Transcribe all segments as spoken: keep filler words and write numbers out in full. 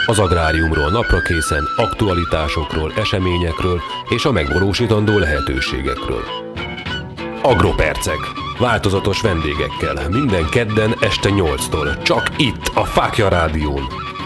az agráriumról naprakészen, aktualitásokról, eseményekről és a megvalósítandó lehetőségekről. Agropercek. Változatos vendégekkel, minden kedden este nyolctól, csak itt, a Fáklya Rádión.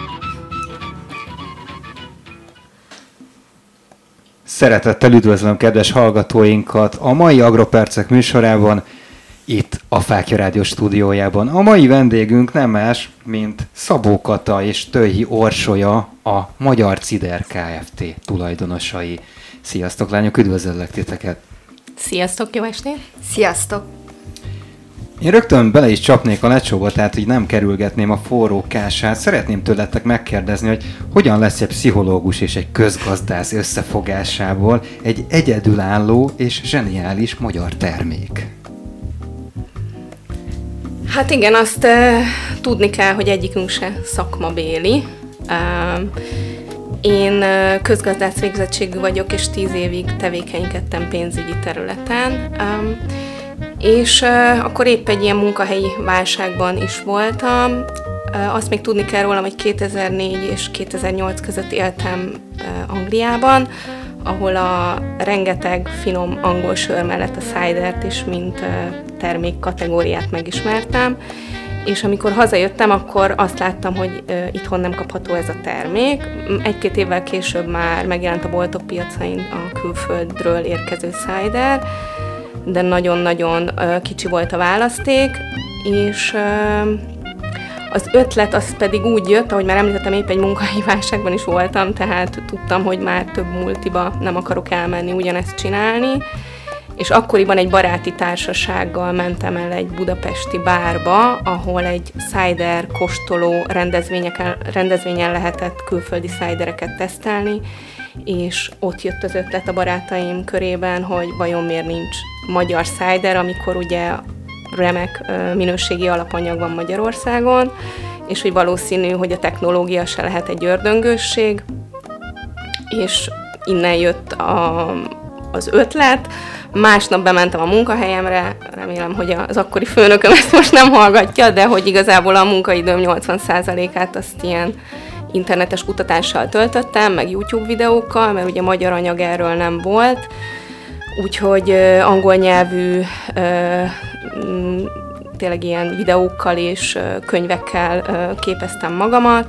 Szeretettel üdvözlöm kedves hallgatóinkat a mai Agropercek műsorában, itt a Fáklya Rádió stúdiójában. A mai vendégünk nem más, mint Szabó Kata és Tölgyi Orsolya, a Magyar Cider Kft. Tulajdonosai. Sziasztok lányok, üdvözöllek titeket! Sziasztok, jó estét! Sziasztok! Én rögtön bele is csapnék a lecsóba, tehát így nem kerülgetném a forró kását. Szeretném tőletek megkérdezni, hogy hogyan lesz egy pszichológus és egy közgazdász összefogásából egy egyedülálló és zseniális magyar termék? Hát igen, azt uh, tudni kell, hogy egyikünk se szakmabéli. Uh, én uh, közgazdász végzettségű vagyok, és tíz évig tevékenykedtem pénzügyi területen. Um, és uh, akkor épp egy ilyen munkahelyi válságban is voltam. Uh, azt még tudni kell rólam, hogy kétezer-négy és kétezer-nyolc között éltem uh, Angliában, ahol a rengeteg finom angol sör mellett a cidert is, mint uh, termék kategóriát megismertem, és amikor hazajöttem, akkor azt láttam, hogy uh, itthon nem kapható ez a termék. Egy-két évvel később már megjelent a boltok piacain a külföldről érkező cider, de nagyon-nagyon uh, kicsi volt a választék, és uh, az ötlet az pedig úgy jött, ahogy már említettem, épp egy munkahelyi válságban is voltam, tehát tudtam, hogy már több multiba nem akarok elmenni ugyanezt csinálni, és akkoriban egy baráti társasággal mentem el egy budapesti bárba, ahol egy cider kóstoló rendezvényeken, rendezvényen lehetett külföldi cidereket tesztelni, és ott jött az ötlet a barátaim körében, hogy vajon miért nincs magyar cider, amikor ugye remek minőségi alapanyag van Magyarországon, és hogy valószínű, hogy a technológia se lehet egy ördöngősség, és innen jött a, az ötlet. Másnap bementem a munkahelyemre, remélem, hogy az akkori főnököm ezt most nem hallgatja, de hogy igazából a munkaidőm nyolcvan százalékát azt ilyen internetes kutatással töltöttem, meg YouTube videókkal, mert ugye magyar anyag erről nem volt, úgyhogy uh, angol nyelvű uh, m, tényleg ilyen videókkal és uh, könyvekkel uh, képeztem magamat,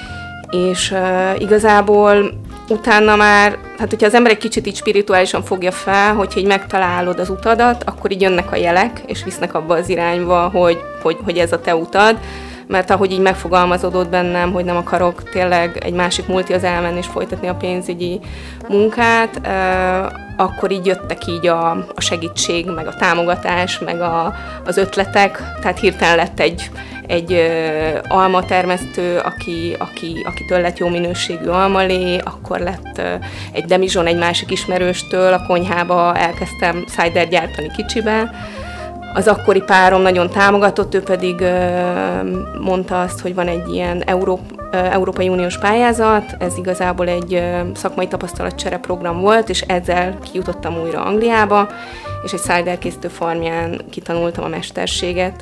és uh, igazából utána már, hát hogyha az ember egy kicsit így spirituálisan fogja fel, hogyha így megtalálod az utadat, akkor így jönnek a jelek, és visznek abba az irányba, hogy, hogy, hogy ez a te utad, mert ahogy így megfogalmazódott bennem, hogy nem akarok tényleg egy másik multihoz elmenni és folytatni a pénzügyi munkát, akkor így jöttek így a, a segítség, meg a támogatás, meg a, az ötletek, tehát hirtelen lett egy, egy uh, almatermesztő, aki, aki, akitől lett jó minőségű almalé, akkor lett uh, egy demizson egy másik ismerőstől, a konyhába elkezdtem cider gyártani kicsibe. Az akkori párom nagyon támogatott, ő pedig uh, mondta azt, hogy van egy ilyen Euró, uh, Európai Uniós pályázat, ez igazából egy uh, szakmai tapasztalatcsere program volt, és ezzel kijutottam újra Angliába, és egy ciderkészítő farmján kitanultam a mesterséget.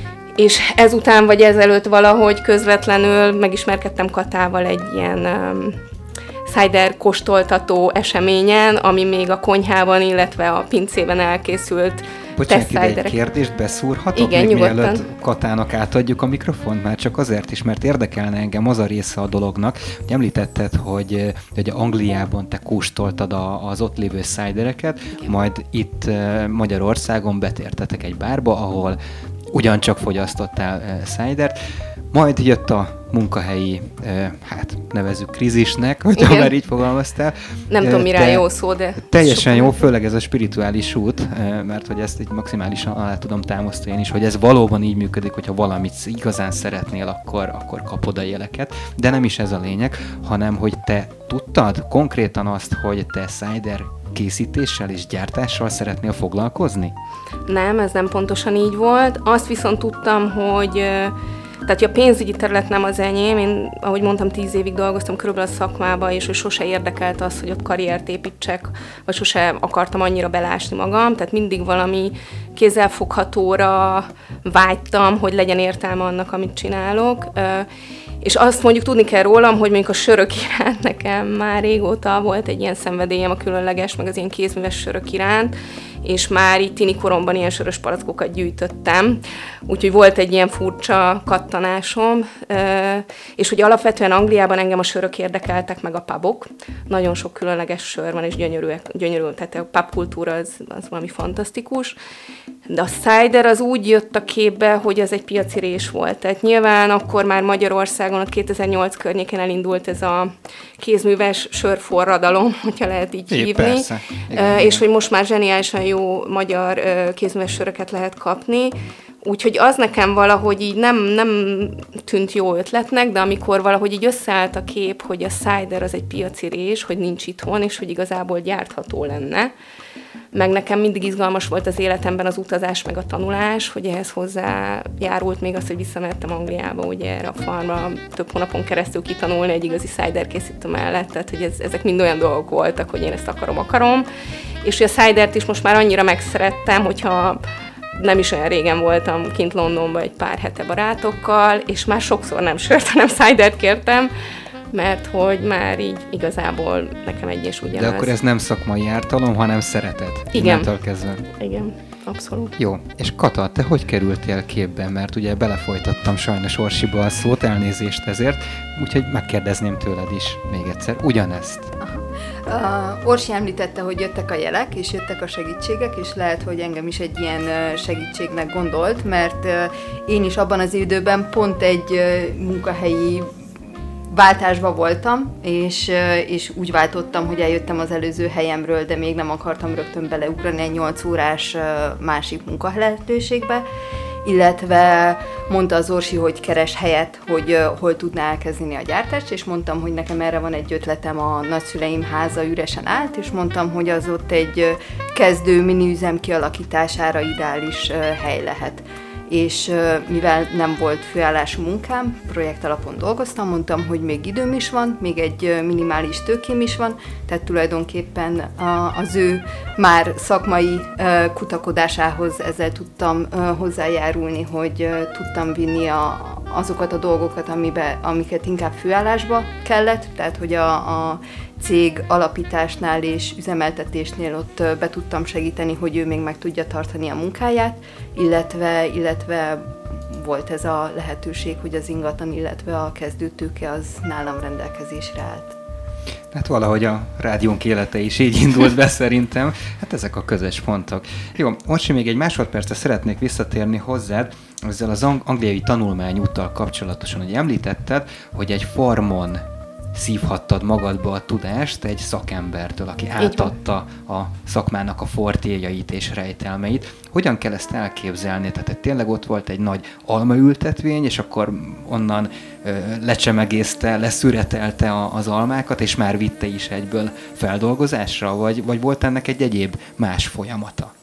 És ezután vagy ezelőtt valahogy közvetlenül megismerkedtem Katával egy ilyen um, cider kóstoltató eseményen, ami még a konyhában, illetve a pincében elkészült. Bocsánat, ide egy kérdést beszúrhatok? Igen, még nyugodtan. Mielőtt Katának átadjuk a mikrofont, már csak azért is, mert érdekelne engem az a része a dolognak, hogy említetted, hogy, hogy Angliában te kóstoltad a, az ott lévő cidereket, majd itt Magyarországon betértetek egy bárba, ahol ugyancsak fogyasztottál cidert, majd jött a munkahelyi, hát nevezzük krízisnek, hogyha már így fogalmaztál. Nem tudom, mire jó szó, de... Teljesen jó, főleg ez a spirituális út, mert hogy ezt így maximálisan alá tudom támasztani én is, hogy ez valóban így működik, hogyha valamit igazán szeretnél, akkor, akkor kapod a jeleket. De nem is ez a lényeg, hanem hogy te tudtad konkrétan azt, hogy te cider készítéssel és gyártással szeretnél foglalkozni? Nem, ez nem pontosan így volt. Azt viszont tudtam, hogy tehát, hogy a pénzügyi terület nem az enyém, én, ahogy mondtam, tíz évig dolgoztam körülbelül a szakmába, és hogy sose érdekelt az, hogy ott karriert építsek, vagy sose akartam annyira belásni magam, tehát mindig valami kézzelfoghatóra vágytam, hogy legyen értelme annak, amit csinálok. És azt mondjuk tudni kell rólam, hogy mondjuk a sörök iránt nekem már régóta volt egy ilyen szenvedélyem a különleges, meg az ilyen kézműves sörök iránt, és már így tini koromban ilyen sörös palackokat gyűjtöttem. Úgyhogy volt egy ilyen furcsa kattanásom, és hogy alapvetően Angliában engem a sörök érdekeltek, meg a pubok. Nagyon sok különleges sör van, és gyönyörű, gyönyörű tehát a pub kultúra az, az valami fantasztikus. De a cider az úgy jött a képbe, hogy az egy piaci rés volt. Tehát nyilván akkor már Magyarországon, ott kétezer-nyolc környéken elindult ez a kézműves sörforradalom, hogyha lehet így É, hívni. persze. Igen, uh, igen. és hogy most már zseniálisan jó magyar uh, kézműves söröket lehet kapni. Úgyhogy az nekem valahogy így nem, nem tűnt jó ötletnek, de amikor valahogy így összeállt a kép, hogy a cider az egy piaci rés, hogy nincs itthon, és hogy igazából gyártható lenne, meg nekem mindig izgalmas volt az életemben az utazás, meg a tanulás, hogy ehhez hozzájárult még az, hogy visszamehettem Angliába, ugye erre a farmra több hónapon keresztül kitanulni egy igazi cider készítő mellett, tehát hogy ez, ezek mind olyan dolgok voltak, hogy én ezt akarom, akarom. És hogy a cidert is most már annyira megszerettem, hogyha nem is olyan régen voltam kint Londonban egy pár hete barátokkal, és már sokszor nem sört, hanem cidert kértem, mert hogy már így igazából nekem egy és ugyanaz. De akkor ez nem szakmai ártalom, hanem szeretet. Igen. Innentől kezdve. Igen, abszolút. Jó, és Kata, te hogy kerültél képbe? Mert ugye belefolytattam sajnos Orsiba a szót, elnézést ezért, úgyhogy megkérdezném tőled is még egyszer ugyanezt. Uh, Orsi említette, hogy jöttek a jelek, és jöttek a segítségek, és lehet, hogy engem is egy ilyen uh, segítségnek gondolt, mert uh, én is abban az időben pont egy uh, munkahelyi váltásban voltam, és, uh, és úgy váltottam, hogy eljöttem az előző helyemről, de még nem akartam rögtön beleugrani egy nyolc órás uh, másik munkalehetőségbe, illetve mondta az Orsi, hogy keres helyet, hogy uh, hol tudná elkezdeni a gyártást, és mondtam, hogy nekem erre van egy ötletem, a nagyszüleim háza üresen állt, és mondtam, hogy az ott egy uh, kezdő miniüzem kialakítására ideális uh, hely lehet. És uh, mivel nem volt főállású munkám, projekt alapon dolgoztam, mondtam, hogy még időm is van, még egy uh, minimális tőkém is van, tehát tulajdonképpen uh, az ő már szakmai uh, kutakodásához ezzel tudtam uh, hozzájárulni, hogy uh, tudtam vinni a, azokat a dolgokat, amibe, amiket inkább főállásba kellett, tehát hogy a, a cég alapításnál és üzemeltetésnél ott be tudtam segíteni, hogy ő még meg tudja tartani a munkáját, illetve, illetve volt ez a lehetőség, hogy az ingatlan, illetve a kezdőtőke az nálam rendelkezésre állt. Hát valahogy a rádiónk élete is így indult be szerintem. Hát ezek a közös pontok. Jó, Orsi, még egy másodpercre szeretnék visszatérni hozzád, ezzel az ang- angliai tanulmányúttal kapcsolatosan, hogy említetted, hogy egy farmon szívhattad magadba a tudást egy szakembertől, aki átadta a szakmának a fortéjait és rejtelmeit. Hogyan kell ezt elképzelni? Tehát tényleg ott volt egy nagy almaültetvény, és akkor onnan ö, lecsemegészte, leszüretelte a, az almákat, és már vitte is egyből feldolgozásra? Vagy, vagy volt ennek egy egyéb más folyamata?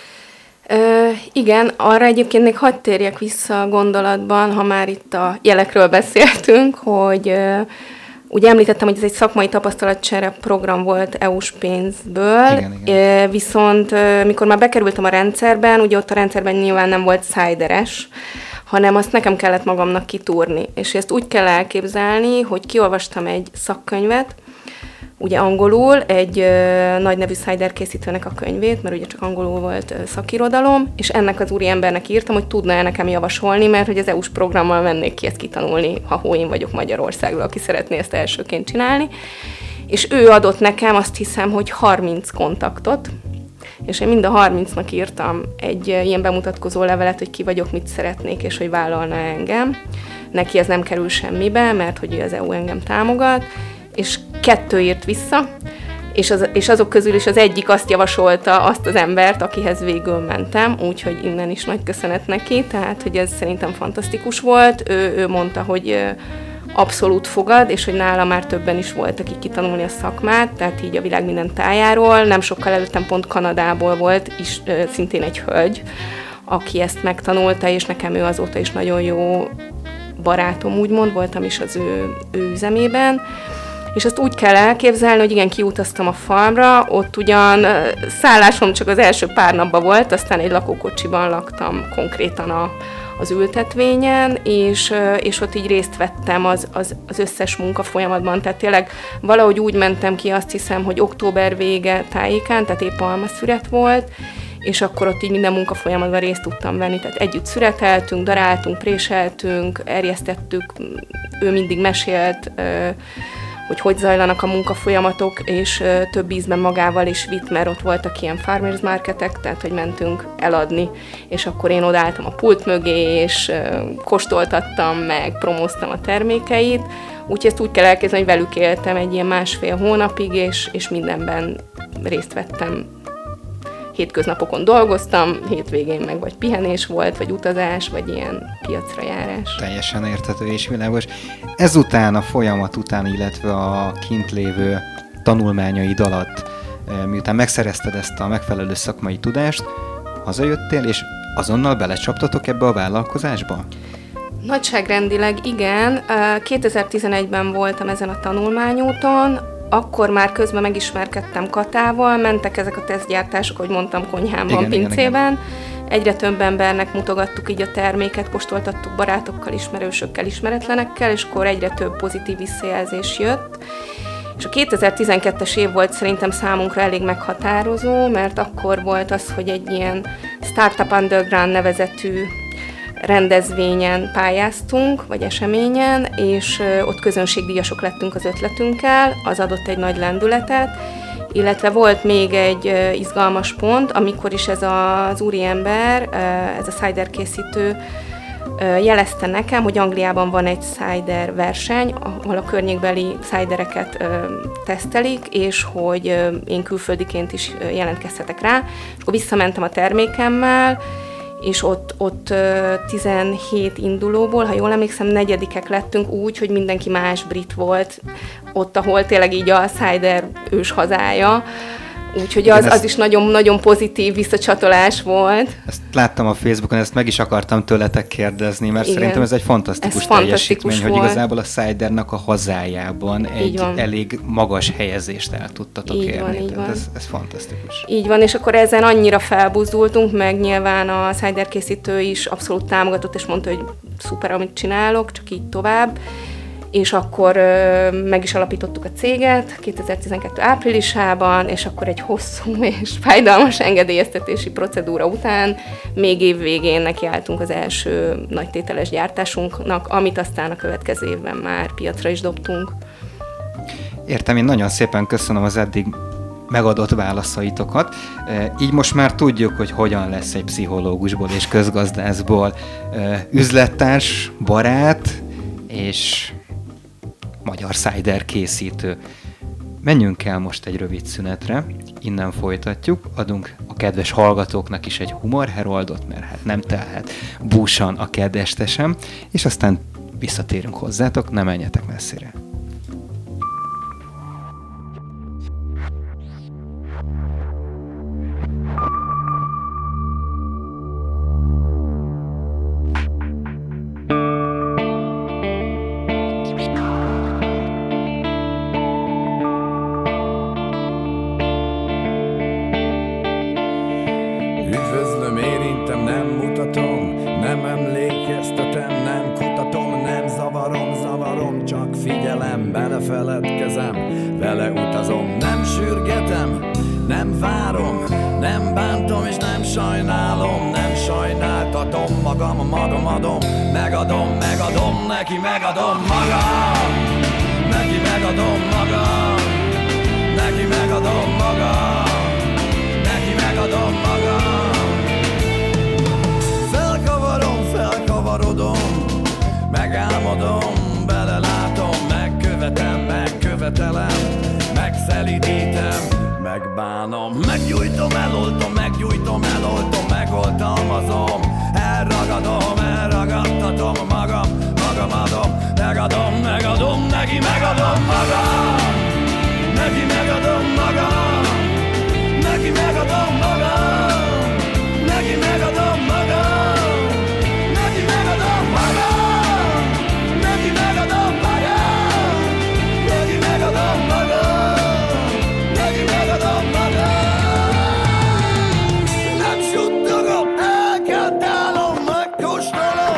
Ö, igen, arra egyébként még hadd térjek vissza a gondolatban, ha már itt a jelekről beszéltünk, hogy ö, ugye említettem, hogy ez egy szakmai tapasztalatcsere program volt é u-s pénzből, igen, igen. Viszont mikor már bekerültem a rendszerben, ugye ott a rendszerben nyilván nem volt cideres, hanem azt nekem kellett magamnak kitúrni. És ezt úgy kell elképzelni, hogy kiolvastam egy szakkönyvet, ugye angolul, egy ö, nagy nevű cider készítőnek a könyvét, mert ugye csak angolul volt ö, szakirodalom, és ennek az úriembernek írtam, hogy tudna-e nekem javasolni, mert hogy az é u-s programmal mennék ki ezt kitanulni, ha hó én vagyok Magyarországról, aki szeretné ezt elsőként csinálni. És ő adott nekem, azt hiszem, hogy harminc kontaktot, és én mind a harmincnak írtam egy ö, ilyen bemutatkozó levelet, hogy ki vagyok, mit szeretnék, és hogy vállalna engem. Neki ez nem kerül semmibe, mert hogy az é u engem támogat, és kettő írt vissza, és, az, és azok közül is az egyik azt javasolta azt az embert, akihez végül mentem, úgyhogy innen is nagy köszönet neki, tehát hogy ez szerintem fantasztikus volt. Ő, ő mondta, hogy abszolút fogad, és hogy nála már többen is voltak, akik kitanulni a szakmát, tehát így a világ minden tájáról. Nem sokkal előttem pont Kanadából volt is szintén egy hölgy, aki ezt megtanulta, és nekem ő azóta is nagyon jó barátom, úgymond, voltam is az ő, ő üzemében. És azt úgy kell elképzelni, hogy igen, kiutaztam a farmra, ott ugyan szállásom csak az első pár napban volt, aztán egy lakókocsiban laktam konkrétan a, az ültetvényen, és, és ott így részt vettem az, az, az összes munkafolyamatban. Tehát tényleg valahogy úgy mentem ki, azt hiszem, hogy október vége tájékán, tehát épp almaszüret volt, és akkor ott így minden munkafolyamatban részt tudtam venni. Tehát együtt szüreteltünk, daráltunk, préseltünk, erjesztettük, ő mindig mesélt, hogy hogy zajlanak a munkafolyamatok, és több ízben magával is vitt, mert ott voltak ilyen farmers marketek, tehát hogy mentünk eladni, és akkor én odaálltam a pult mögé, és kóstoltattam, meg promóztam a termékeit, úgyhogy ezt úgy kell elképzelni, hogy velük éltem egy ilyen másfél hónapig, és, és mindenben részt vettem. Hétköznapokon dolgoztam, hétvégén meg vagy pihenés volt, vagy utazás, vagy ilyen piacra járás. Teljesen érthető és világos. Ezután, a folyamat után, illetve a kint lévő tanulmányaid alatt, miután megszerezted ezt a megfelelő szakmai tudást, hazajöttél, és azonnal belecsaptatok ebbe a vállalkozásba? Nagyságrendileg igen. kétezer-tizenegyben voltam ezen a tanulmányúton, akkor már közben megismerkedtem Katával, mentek ezek a tesztgyártások, hogy mondtam, konyhámban, igen, pincében. Igen, igen. Egyre több embernek mutogattuk így a terméket, kóstoltattuk barátokkal, ismerősökkel, ismeretlenekkel, és akkor egyre több pozitív visszajelzés jött. És a kétezer-tizenkettes év volt szerintem számunkra elég meghatározó, mert akkor volt az, hogy egy ilyen Startup Underground nevezetű rendezvényen pályáztunk, vagy eseményen, és ott közönségdíjasok lettünk az ötletünkkel, az adott egy nagy lendületet, illetve volt még egy izgalmas pont, amikor is ez az úriember, ez a cider készítő jelezte nekem, hogy Angliában van egy cider verseny, ahol a környékbeli cidereket tesztelik, és hogy én külföldiként is jelentkezhetek rá. És akkor visszamentem a termékemmel, és ott, ott tizenhét indulóból, ha jól emlékszem, negyedikek lettünk úgy, hogy mindenki más brit volt, ott, ahol tényleg így a cider ős hazája. Úgyhogy az, az is nagyon-nagyon pozitív visszacsatolás volt. Ezt láttam a Facebookon, ezt meg is akartam tőletek kérdezni, mert igen, szerintem ez egy fantasztikus ez teljesítmény, fantasztikus hogy igazából a cidernak a hazájában egy elég magas helyezést el tudtatok így érni. Van, így van. Ez, ez fantasztikus. Így van, és akkor ezen annyira felbuzdultunk, meg nyilván a cider készítő is abszolút támogatott, és mondta, hogy szuper, amit csinálok, csak így tovább. És akkor ö, meg is alapítottuk a céget kétezer-tizenkettő áprilisában, és akkor egy hosszú és fájdalmas engedélyeztetési procedúra után még év végén nekiálltunk az első nagytételes gyártásunknak, amit aztán a következő évben már piacra is dobtunk. Értem, én nagyon szépen köszönöm az eddig megadott válaszaitokat. Így most már tudjuk, hogy hogyan lesz egy pszichológusból és közgazdászból üzlettárs, barát és magyar cider készítő. Menjünk el most egy rövid szünetre, innen folytatjuk, adunk a kedves hallgatóknak is egy humor heroldot, mert hát nem telhet búsan a kedveste sem, és aztán visszatérünk hozzátok, ne menjetek messzire. Megkóstolom,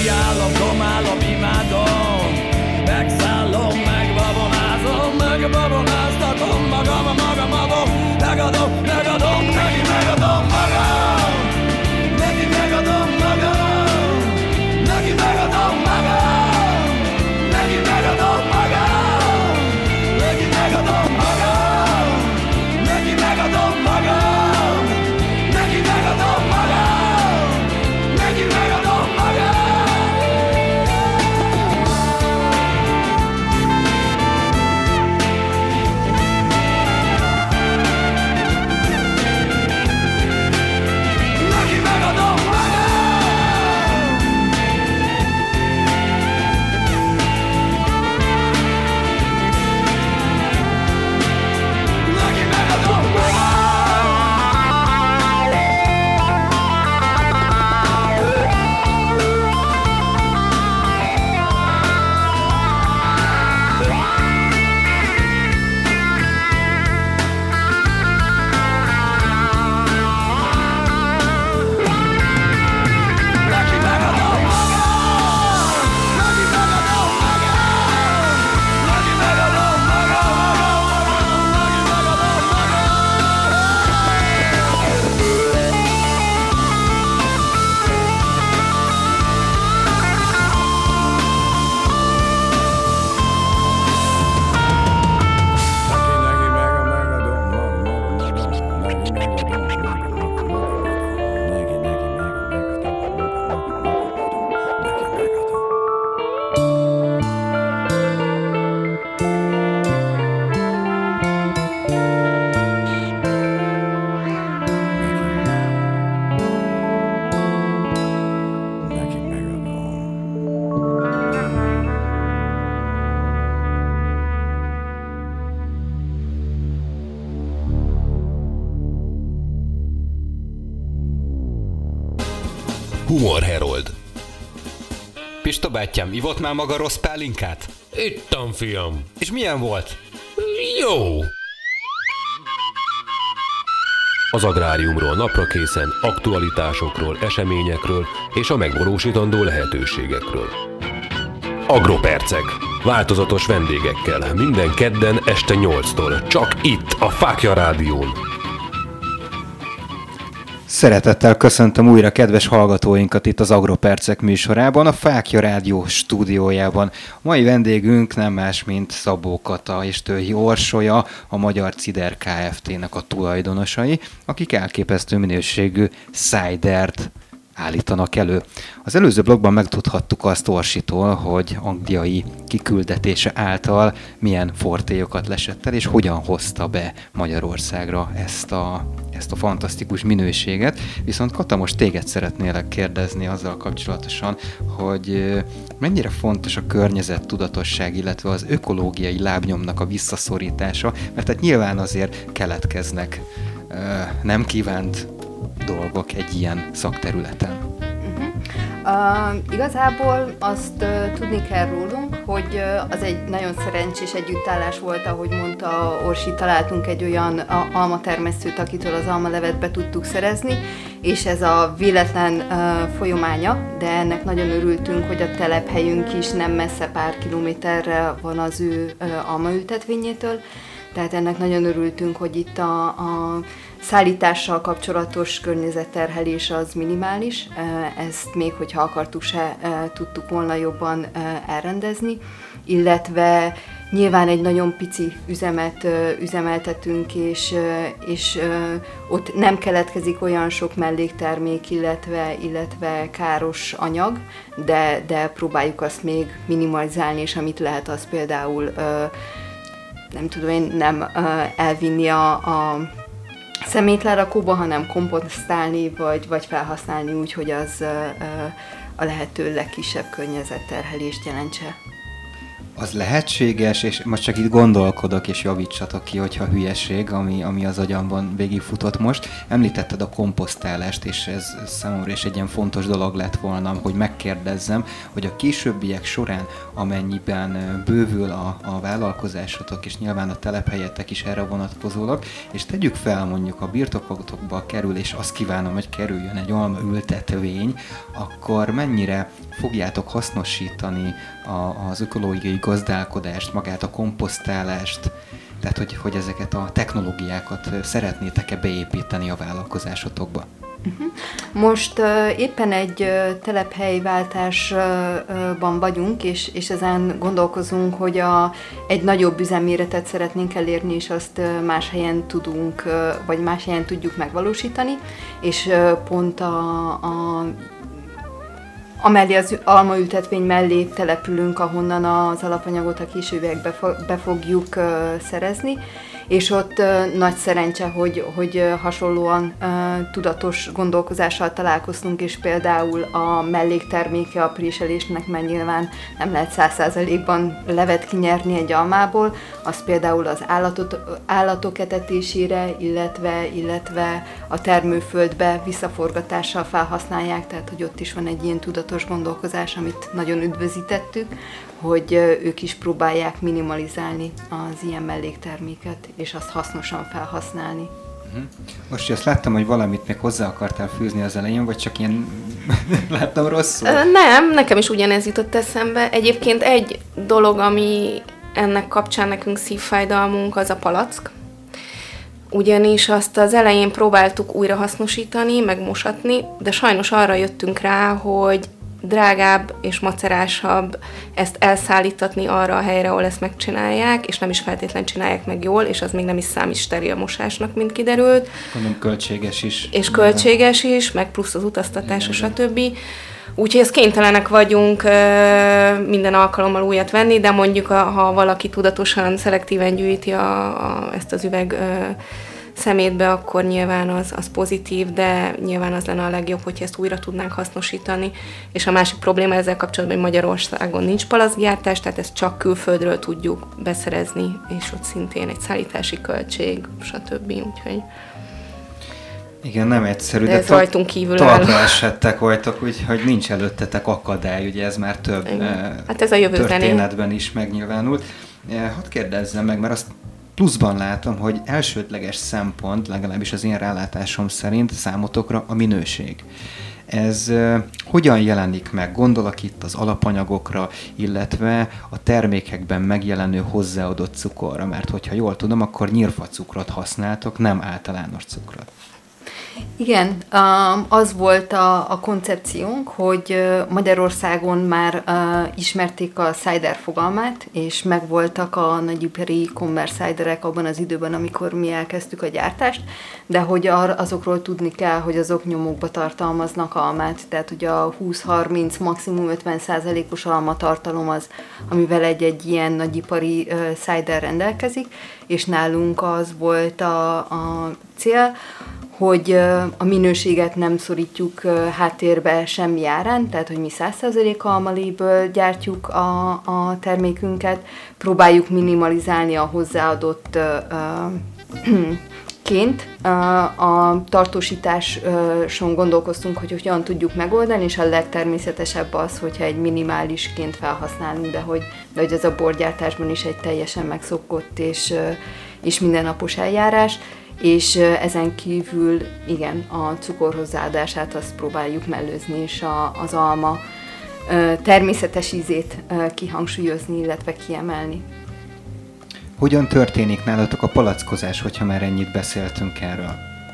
Kiállom, domálom, imádom, megszállom, megbabonázom, megbabonáztatom magam, a magam adom, megadom, megadom, neki megadom magam, neki megadom magam, neki megadom magam, neki megadom magam, neki megadom magam, neki megadom magam, neki megadom magam, neki megadom magam. Humor Herold. Pista bátyám, ivott már maga rossz pálinkát? Ittam, fiam. És milyen volt? Jó. Az agráriumról naprakészen, aktualitásokról, eseményekről és a megvalósítandó lehetőségekről. Agropercek. Változatos vendégekkel. Minden kedden este nyolctól. Csak itt, a Fáklya Rádión. Szeretettel köszöntöm újra kedves hallgatóinkat itt az Agropercek műsorában, a Fáklya Rádió stúdiójában. A mai vendégünk nem más, mint Szabó Kata és Tőhi Orsolya, a Magyar Cider Kft-nek a tulajdonosai, akik elképesztő minőségű szájdert állítanak elő. Az előző blogban megtudhattuk azt Orsitól, hogy angliai kiküldetése által milyen fortélyokat lesett el, és hogyan hozta be Magyarországra ezt a, ezt a fantasztikus minőséget. Viszont Kata, most téged szeretnélek kérdezni azzal kapcsolatosan, hogy mennyire fontos a környezettudatosság, illetve az ökológiai lábnyomnak a visszaszorítása, mert hát nyilván azért keletkeznek nem kívánt dolgok egy ilyen szakterületen. Uh-huh. Uh, igazából azt uh, tudni kell rólunk, hogy uh, az egy nagyon szerencsés együttállás volt, ahogy mondta Orsi, találtunk egy olyan a, almatermesztőt, akitől az almalevet be tudtuk szerezni, és ez a véletlen uh, folyamánya, de ennek nagyon örültünk, hogy a telephelyünk is nem messze, pár kilométerre van az ő uh, almaültetvényétől, tehát ennek nagyon örültünk, hogy itt a, a szállítással kapcsolatos környezetterhelés az minimális, ezt még hogyha akartuk se tudtuk volna jobban elrendezni, illetve nyilván egy nagyon pici üzemet üzemeltetünk, és, és ott nem keletkezik olyan sok melléktermék, illetve, illetve káros anyag, de, de próbáljuk azt még minimalizálni, és amit lehet, az például nem tudom én, nem elvinni a, a szemétlerakóba, hanem komposztálni, vagy, vagy felhasználni úgy, hogy az a lehető legkisebb környezetterhelést jelentse. Az lehetséges, és most csak itt gondolkodok, és javítsatok ki, hogyha hülyeség, ami, ami az agyamban végigfutott most. Említetted a komposztálást, és ez számomra is egy ilyen fontos dolog lett volna, hogy megkérdezzem, hogy a későbbiek során, amennyiben bővül a, a vállalkozásotok, és nyilván a telephelyetek is erre vonatkozólag, és tegyük fel mondjuk a birtokotokba kerül, és azt kívánom, hogy kerüljön egy alma ültetvény, akkor mennyire fogjátok hasznosítani a, az ökológiai gazdálkodást, magát a komposztálást, tehát hogy, hogy ezeket a technológiákat szeretnétek-e beépíteni a vállalkozásotokba? Most uh, éppen egy uh, telephelyváltásban vagyunk, és, és ezen gondolkozunk, hogy a, egy nagyobb üzemméretet szeretnénk elérni, és azt uh, más helyen tudunk, uh, vagy más helyen tudjuk megvalósítani, és uh, pont a, a amellé az almaültetvény mellé települünk, ahonnan az alapanyagot a későbbiekbe be fogjuk uh, szerezni, és ott uh, nagy szerencse, hogy, hogy uh, hasonlóan uh, tudatos gondolkozással találkoztunk, és például a mellékterméke a préselésnek, mert nyilván nem lehet száz százalékban levet kinyerni egy almából, az például az állatot, állatok etetésére, illetve, illetve a termőföldbe visszaforgatással felhasználják, tehát hogy ott is van egy ilyen tudatos gondolkozás, amit nagyon üdvözítettük, hogy ők is próbálják minimalizálni az ilyen mellékterméket, és azt hasznosan felhasználni. Most azt láttam, hogy valamit még hozzá akartál fűzni az elején, vagy csak ilyen láttam rosszul? Nem, nekem is ugyanez jutott eszembe. Egyébként egy dolog, ami ennek kapcsán nekünk szívfájdalmunk, az a palack. Ugyanis azt az elején próbáltuk újra hasznosítani, meg mosatni, de sajnos arra jöttünk rá, hogy drágább és macerásabb ezt elszállítatni arra a helyre, ahol ezt megcsinálják, és nem is feltétlenül csinálják meg jól, és az még nem is számít steril mosásnak, mint kiderült. Mondom, költséges is. És költséges is, meg plusz az utaztatása, stb. Úgyhogy ezt kénytelenek vagyunk minden alkalommal újat venni, de mondjuk, ha valaki tudatosan, szelektíven gyűjti a, a, ezt az üveg szemétbe, akkor nyilván az, az pozitív, de nyilván az lenne a legjobb, hogyha ezt újra tudnánk hasznosítani. És a másik probléma ezzel kapcsolatban, hogy Magyarországon nincs palackgyártás, tehát ezt csak külföldről tudjuk beszerezni, és ott szintén egy szállítási költség, stb. Úgyhogy... Igen, nem egyszerű, de, de ez rajtunk kívül áll. talpra esettek vagytok, úgyhogy nincs előttetek akadály, ugye ez már több hát ez a jövő történetben is megnyilvánult. Hadd kérdezzem meg, mert azt pluszban látom, hogy elsődleges szempont, legalábbis az én rálátásom szerint számotokra a minőség. Ez uh, hogyan jelenik meg? Gondolok itt az alapanyagokra, illetve a termékekben megjelenő hozzáadott cukorra, mert hogyha jól tudom, akkor nyírfacukrot használtok, nem általános cukrot. Igen, az volt a, a koncepciónk, hogy Magyarországon már ismerték a cider fogalmát, és megvoltak a nagyipari commerce ciderek abban az időben, amikor mi elkezdtük a gyártást, de hogy azokról tudni kell, hogy azok nyomokba tartalmaznak almát, tehát hogy a húsz-harminc, maximum ötven százalékos almatartalom az, amivel egy-egy ilyen nagyipari cider rendelkezik, és nálunk az volt a, a cél, hogy a minőséget nem szorítjuk háttérbe semmi árán, tehát hogy mi száz százalék almaléből gyártjuk a, a termékünket, próbáljuk minimalizálni a hozzáadott ként. A tartósításon gondolkoztunk, hogy hogyan tudjuk megoldani, és a legtermészetesebb az, hogyha egy minimálisként felhasználunk, de hogy, de hogy ez a borgyártásban is egy teljesen megszokott és, és mindennapos eljárás. És ezen kívül igen, a cukor hozzáadását azt próbáljuk mellőzni, és a, az alma természetes ízét kihangsúlyozni, illetve kiemelni. Hogyan történik nálatok a palackozás, hogyha már ennyit beszéltünk erről?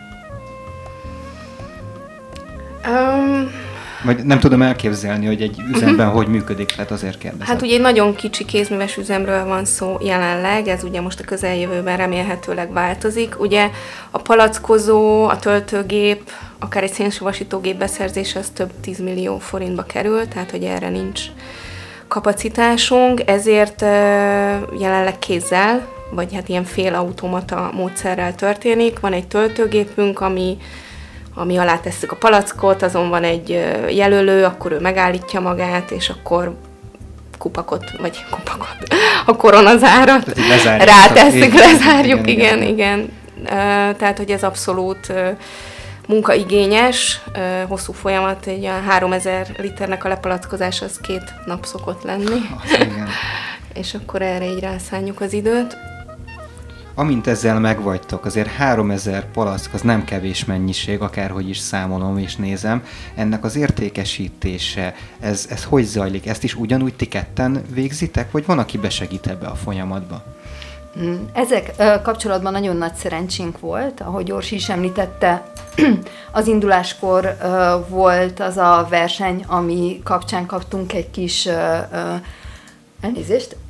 Um... Vagy nem tudom elképzelni, hogy egy üzemben uh-huh. hogy működik, tehát azért kérdezem. Hát ugye egy nagyon kicsi kézműves üzemről van szó jelenleg, ez ugye most a közeljövőben remélhetőleg változik. Ugye a palackozó, a töltőgép, akár egy szénsavasítógép beszerzése az több tízmillió forintba kerül, tehát hogy erre nincs kapacitásunk, ezért jelenleg kézzel, vagy hát ilyen félautomata módszerrel történik. Van egy töltőgépünk, ami ami alá tesszük a palackot, azon van egy jelölő, akkor ő megállítja magát, és akkor kupakot, vagy kupakot, a koronazárat lezárjuk, ráteszik, lezárjuk, igen, igen, igen. igen. Tehát, hogy ez abszolút munkaigényes, hosszú folyamat, egy olyan háromezer liternek a lepalackozás az két nap szokott lenni. Az, igen. És akkor erre így rászánjuk az időt. Amint ezzel megvagytok, azért háromezer palack az nem kevés mennyiség, akárhogy is számolom és nézem. Ennek az értékesítése, ez, ez hogy zajlik? Ezt is ugyanúgy ti ketten végzitek, vagy van, aki besegít ebbe a folyamatba? Ezek kapcsolatban nagyon nagy szerencsénk volt, ahogy Orsi is említette, az induláskor volt az a verseny, ami kapcsán kaptunk egy kis elnézést,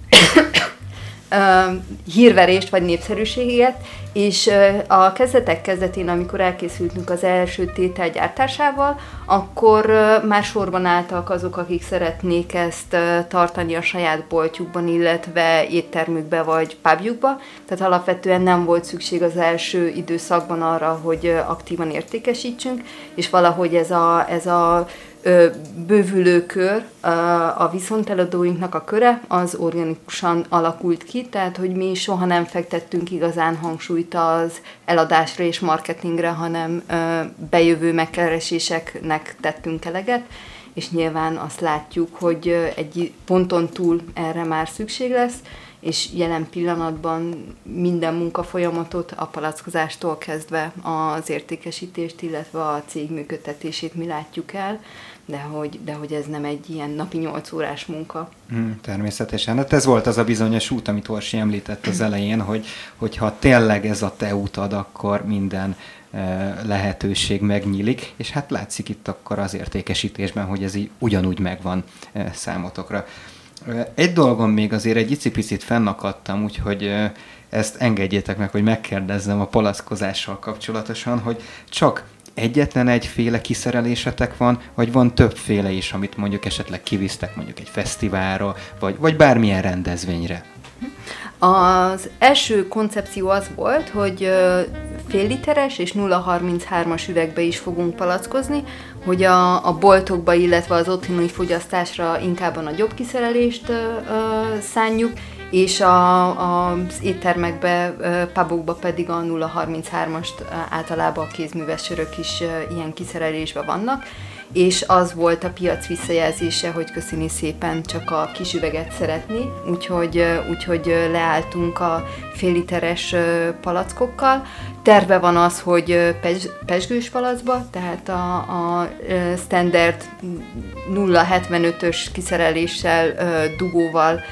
hírverést vagy népszerűséget, és a kezdetek kezdetén, amikor elkészültünk az első tétel gyártásával, akkor már sorban álltak azok, akik szeretnék ezt tartani a saját boltjukban, illetve éttermükbe vagy pubjukba. Tehát alapvetően nem volt szükség az első időszakban arra, hogy aktívan értékesítsünk, és valahogy ez a, ez a bővülő kör, a viszonteladóinknak a köre, az organikusan alakult ki, tehát hogy mi soha nem fektettünk igazán hangsúlyt az eladásra és marketingre, hanem bejövő megkereséseknek tettünk eleget, és nyilván azt látjuk, hogy egy ponton túl erre már szükség lesz, és jelen pillanatban minden munkafolyamatot a palackozástól kezdve az értékesítést, illetve a cég működtetését mi látjuk el, de hogy, de hogy ez nem egy ilyen napi nyolc órás munka. Hmm, természetesen. Hát ez volt az a bizonyos út, amit Orsi említett az elején, hogy hogyha tényleg ez a te utad, akkor minden eh, lehetőség megnyílik, és hát látszik itt akkor az értékesítésben, hogy ez így ugyanúgy megvan eh, számotokra. Egy dolgon még azért egy icipicit fennakadtam, úgyhogy ezt engedjétek meg, hogy megkérdezzem a palackozással kapcsolatosan, hogy csak egyetlen egyféle kiszerelésetek van, vagy van többféle is, amit mondjuk esetleg kivisztek mondjuk egy fesztiválra, vagy, vagy bármilyen rendezvényre? Az első koncepció az volt, hogy fél literes és nulla harminchárom-as üvegbe is fogunk palackozni, hogy a, a boltokba, illetve az otthoni fogyasztásra inkább a nagyobb kiszerelést ö, ö, szánjuk, és a, a, az éttermekbe, ö, pubokba pedig a nulla harminchárom-ast általában a kézműves sörök is ö, ilyen kiszerelésben vannak, és az volt a piac visszajelzése, hogy köszöni szépen, csak a kis üveget szeretné, úgyhogy, úgyhogy leálltunk a fél literes palackokkal. Terve van az, hogy pezsgős palacba, tehát a, a standard nulla hetvenötös kiszereléssel, dugóval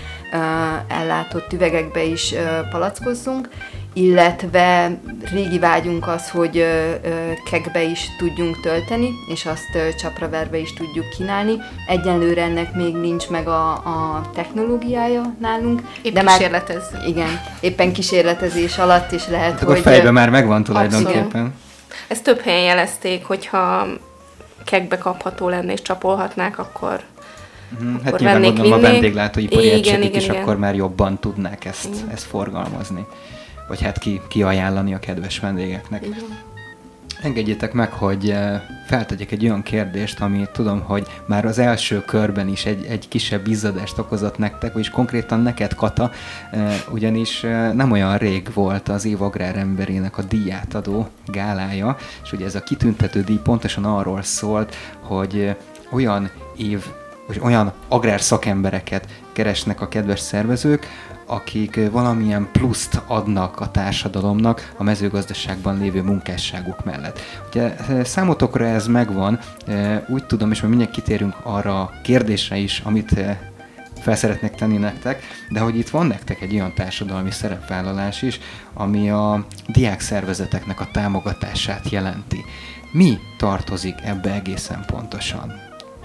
ellátott üvegekbe is palackozzunk, illetve régi vágyunk az, hogy kegbe is tudjunk tölteni, és azt csapraverbe is tudjuk kínálni. Egyenlőre ennek még nincs meg a, a technológiája nálunk. Épp de kísérletez. Már, igen, éppen kísérletezés alatt, és lehet, hát hogy... a fejben már megvan tulajdonképpen. Abszolút. Ezt több helyen jelezték, hogyha kegbe kapható lenne és csapolhatnák, akkor... Hmm, hát nyilván gondolom vinni. a vendéglátóipari egységek igen, is igen. akkor már jobban tudnák ezt, ezt forgalmazni. Vagy hát ki, kiajánlani a kedves vendégeknek. Igen. Engedjétek meg, hogy feltegyek egy olyan kérdést, ami tudom, hogy már az első körben is egy, egy kisebb izzadást okozott nektek, vagyis konkrétan neked, Kata, ugyanis nem olyan rég volt az év agráremberének a díjátadó gálája, és ugye ez a kitüntető díj pontosan arról szólt, hogy olyan év, vagy olyan agrárszakembereket keresnek a kedves szervezők, akik valamilyen pluszt adnak a társadalomnak a mezőgazdaságban lévő munkásságuk mellett. Ugye számotokra ez megvan, úgy tudom, és majd mindjárt kitérünk arra a kérdésre is, amit fel szeretnék tenni nektek, de hogy itt van nektek egy olyan társadalmi szerepvállalás is, ami a diákszervezeteknek a támogatását jelenti. Mi tartozik ebbe egészen pontosan?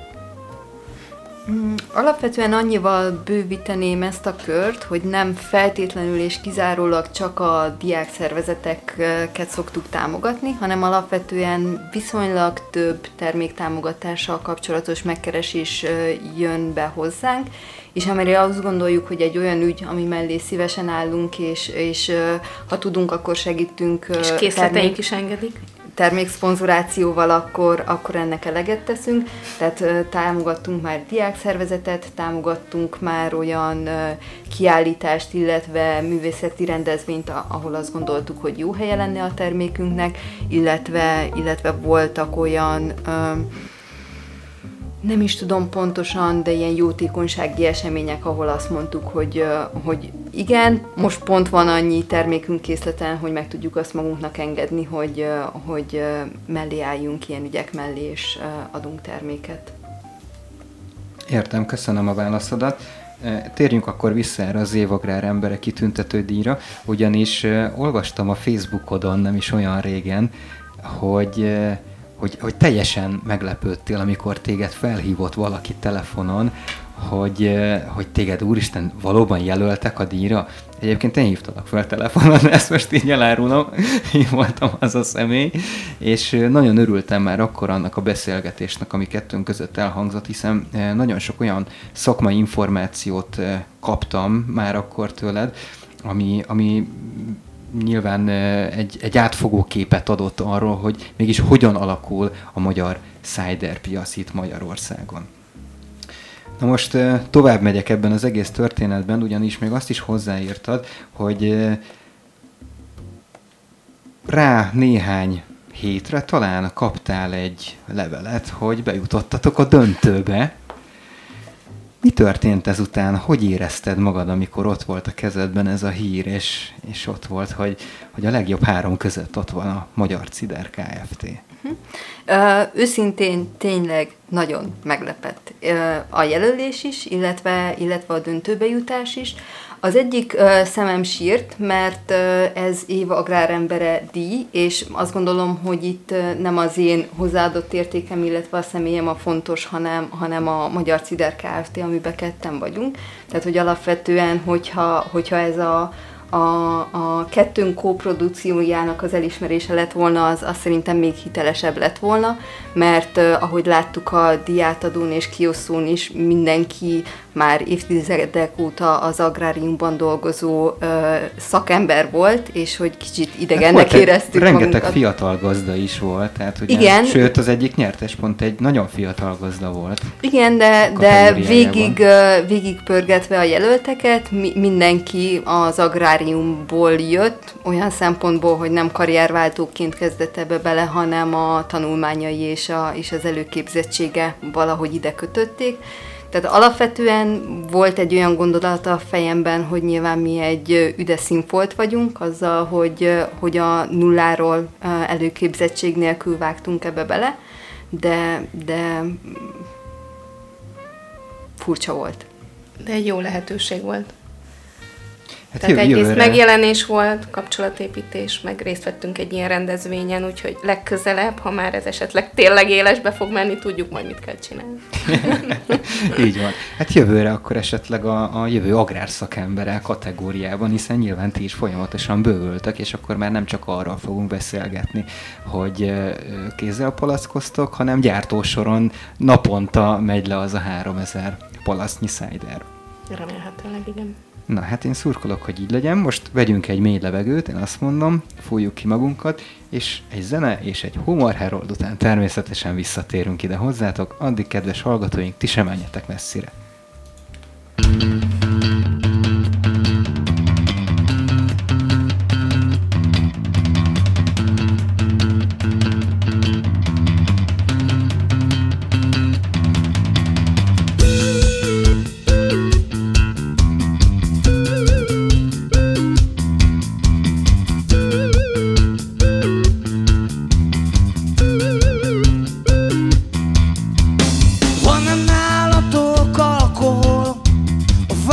Alapvetően annyival bővíteném ezt a kört, hogy nem feltétlenül és kizárólag csak a diákszervezeteket szoktuk támogatni, hanem alapvetően viszonylag több terméktámogatással kapcsolatos megkeresés jön be hozzánk, és amire azt gondoljuk, hogy egy olyan ügy, ami mellé szívesen állunk, és, és ha tudunk, akkor segítünk. És készleteink is engedik. termékszponzorációval, akkor, akkor ennek eleget teszünk. Tehát támogattunk már diákszervezetet, támogattunk már olyan kiállítást, illetve művészeti rendezvényt, ahol azt gondoltuk, hogy jó helye lenne a termékünknek, illetve, illetve voltak olyan, nem is tudom pontosan, de ilyen jótékonysági események, ahol azt mondtuk, hogy, hogy igen, most pont van annyi termékünk készleten, hogy meg tudjuk azt magunknak engedni, hogy, hogy mellé álljunk ilyen ügyek mellé, és adunk terméket. Értem, köszönöm a válaszodat. Térjünk akkor vissza erre az Évagrár embere kitüntető díjra, ugyanis olvastam a Facebookodon nem is olyan régen, hogy, hogy, hogy teljesen meglepődtél, amikor téged felhívott valaki telefonon, hogy, hogy téged úristen valóban jelöltek a díjra. Egyébként én hívtalak fel telefonon, ezt most így elárulom, én voltam az a személy, és nagyon örültem már akkor annak a beszélgetésnek, ami kettőnk között elhangzott, hiszen nagyon sok olyan szakmai információt kaptam már akkor tőled, ami, ami nyilván egy, egy átfogó képet adott arról, hogy mégis hogyan alakul a magyar ciderpiac itt Magyarországon. Na most tovább megyek ebben az egész történetben, ugyanis még azt is hozzáírtad, hogy rá néhány hétre talán kaptál egy levelet, hogy bejutottatok a döntőbe. Mi történt ezután? Hogy érezted magad, amikor ott volt a kezedben ez a hír, és, és ott volt, hogy, hogy a legjobb három között ott van a Magyar Cider Kft.? Uh-huh. Uh, őszintén tényleg nagyon meglepett uh, a jelölés is, illetve, illetve a döntőbe jutás is. Az egyik uh, szemem sírt, mert uh, ez Éva agrárembere díj, és azt gondolom, hogy itt uh, nem az én hozzáadott értékem, illetve a személyem a fontos, hanem, hanem a Magyar Cider Kft., amiben ketten vagyunk. Tehát, hogy alapvetően, hogyha, hogyha ez a A, a kettőnk kóprodukciójának az elismerése lett volna, az, az szerintem még hitelesebb lett volna, mert uh, ahogy láttuk a díjátadón és kiosztón is, mindenki már évtizedek óta az agráriumban dolgozó uh, szakember volt, és hogy kicsit idegennek hát éreztük rengeteg magunkat. Fiatal gazda is volt, tehát ugye, igen. Sőt, az egyik nyertes pont egy nagyon fiatal gazda volt. Igen, de, de végig, uh, végig pörgetve a jelölteket, mi, mindenki az agráriumból jött, olyan szempontból, hogy nem karrierváltóként kezdett ebbe bele, hanem a tanulmányai és, a, és az előképzettsége valahogy ide kötötték. Tehát alapvetően volt egy olyan gondolat a fejemben, hogy nyilván mi egy üde színfolt vagyunk, azzal, hogy, hogy a nulláról előképzettség nélkül vágtunk ebbe bele, de, de furcsa volt. De egy jó lehetőség volt. Hát Tehát jövő, egyrészt jövőre. megjelenés volt, kapcsolatépítés, meg részt vettünk egy ilyen rendezvényen, úgyhogy legközelebb, ha már ez esetleg tényleg élesbe fog menni, tudjuk majd mit kell csinálni. Így van. Hát jövőre akkor esetleg a, a jövő agrárszakembere kategóriában, hiszen nyilván ti is folyamatosan bővültök, és akkor már nem csak arról fogunk beszélgetni, hogy kézzel palackoztok, hanem gyártósoron naponta megy le az a háromezer palasznyi cider. Remélhetőleg, igen. Na, hát én szurkolok, hogy így legyen. Most vegyünk egy mély levegőt, én azt mondom, fújjuk ki magunkat, és egy zene és egy humor herold után természetesen visszatérünk ide hozzátok. Addig, kedves hallgatóink, ti sem menjetek messzire. Van-e nálatok alkohol a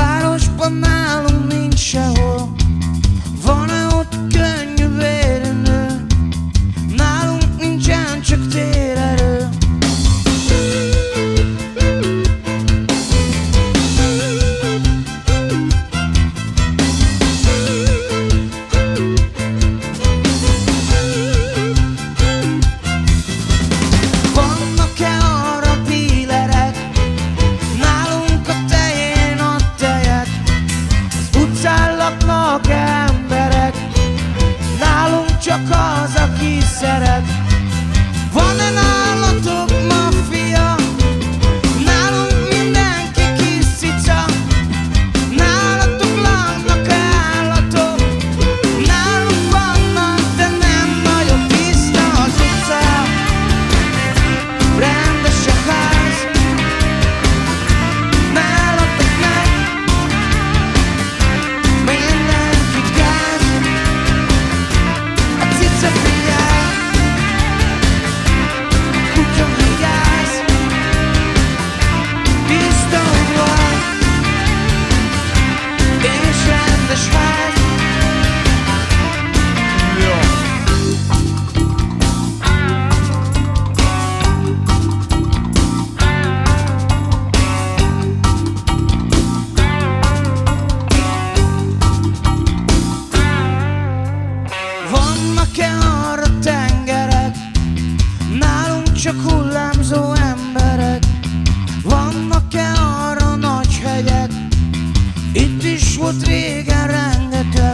hullámzó emberek, vannak-e arra nagy hegyek? Itt is volt régen rengeteg.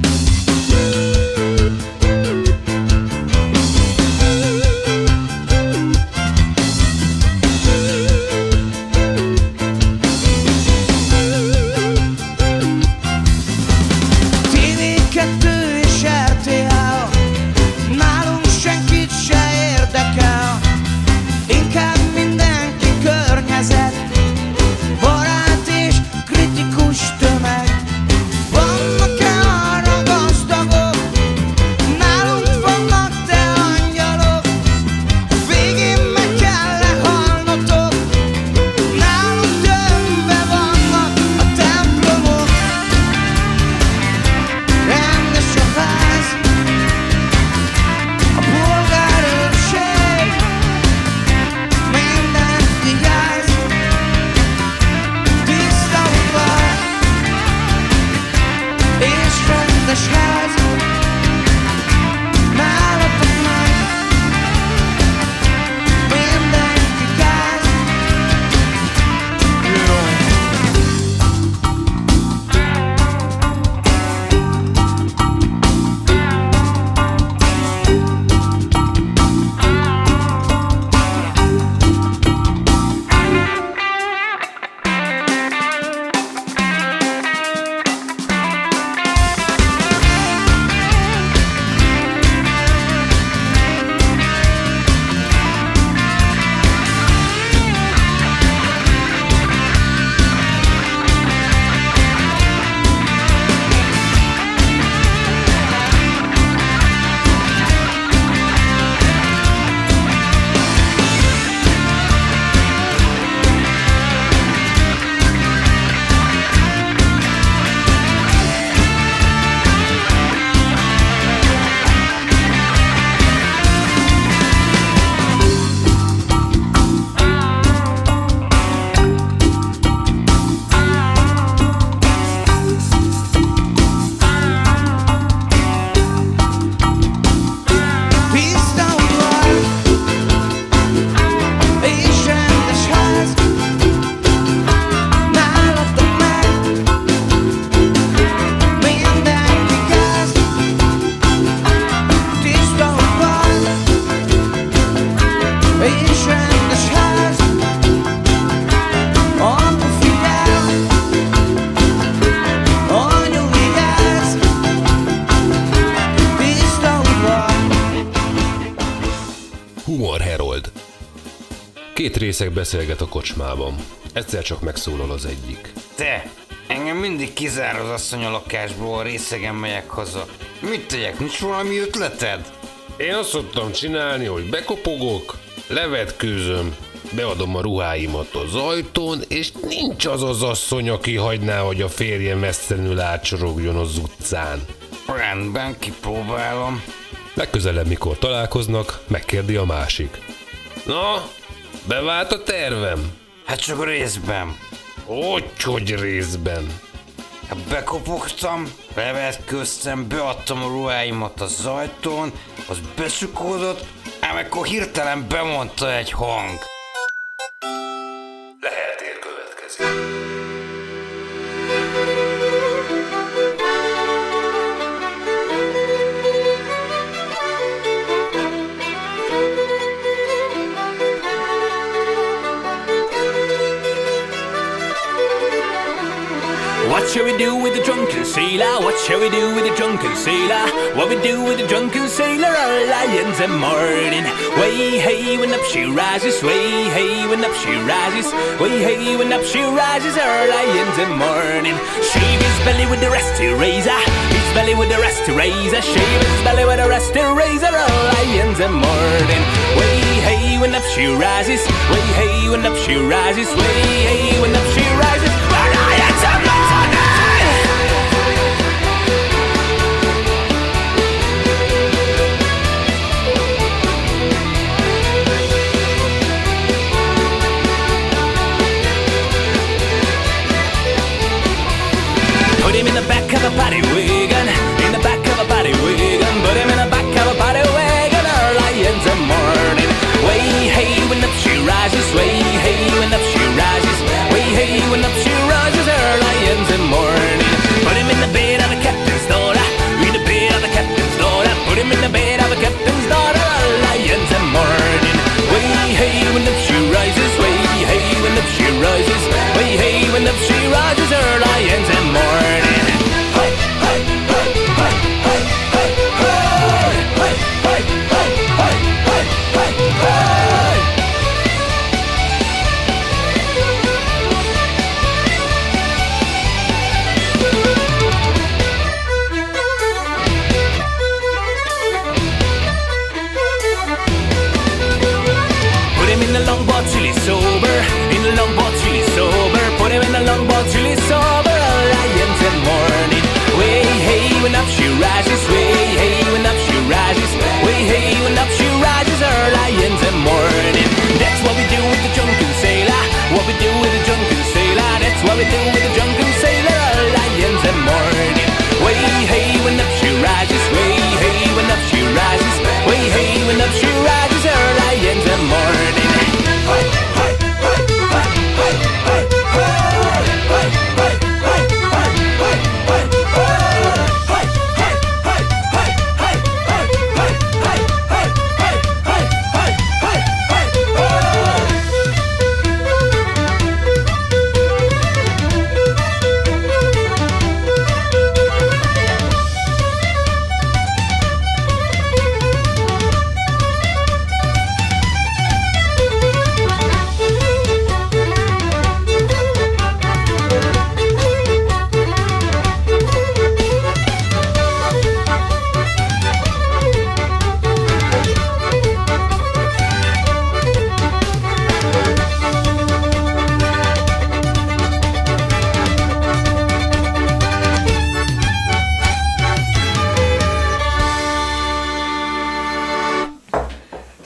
té vé kettő és er té á, nálunk senkit se érdekel, inkább mindenki környezet, barát és kritikus tömeg. Vannak-e arra gazdagok? Nálunk vannak te angyalok, a végén meg kell lehalnotok. Nálunk tömbbe vannak a templomok, rendes a ház, a polgárőrség, mindent vigyáz, tiszta udvar és rendes ház. Nálatok meg mindenki gáz. Tiszta udvar és rendes ház. Nálatok meg mindenki gáz. Tiszta udvar és rendes ház. Apu figyel, anyu vigyáz. Tiszta udvar. Humor Herold. Két részeg beszélget a kocsmában. Egyszer csak megszólal az egyik. Te, engem mindig kizár az asszony a lakásból, a részegen megyek haza. Mit tegyek, nincs valami ötleted? Én azt szoktam csinálni, hogy bekopogok, levetkőzöm, beadom a ruháimat az ajtón, és nincs az az asszony, aki hagyná, hogy a férje mesztelenül átsorogjon az utcán. Rendben, kipróbálom. Legközelebb, mikor találkoznak, megkérdi a másik. Na, bevált a tervem? Hát csak részben. Hogyhogy részben? Hát bekopogtam, levetkőztem, beadtam a ruháimat az ajtón, az beszukódott, ám ekkor hirtelen bemondta egy hang. Leheltél következik. What shall we do with the drunken sailor? What shall we do with the drunken sailor? What we do with the drunken sailor? Our lions and morning. Way hey when up she rises. Way hey when up she rises. Way hey when up she rises. Our lions and morning. Shave his belly with the rusty razor. His belly with the rusty razor. Shave his belly with the rusty razor. Our lions and morning. Way hey when up she rises. Way hey when up she rises. Way hey when up she rises. Our lions and morning. Put him in the back of a paddy wagon, in the back of a paddy wagon. Put him in the back of a paddy wagon, our lions are mourning. Way hey when up she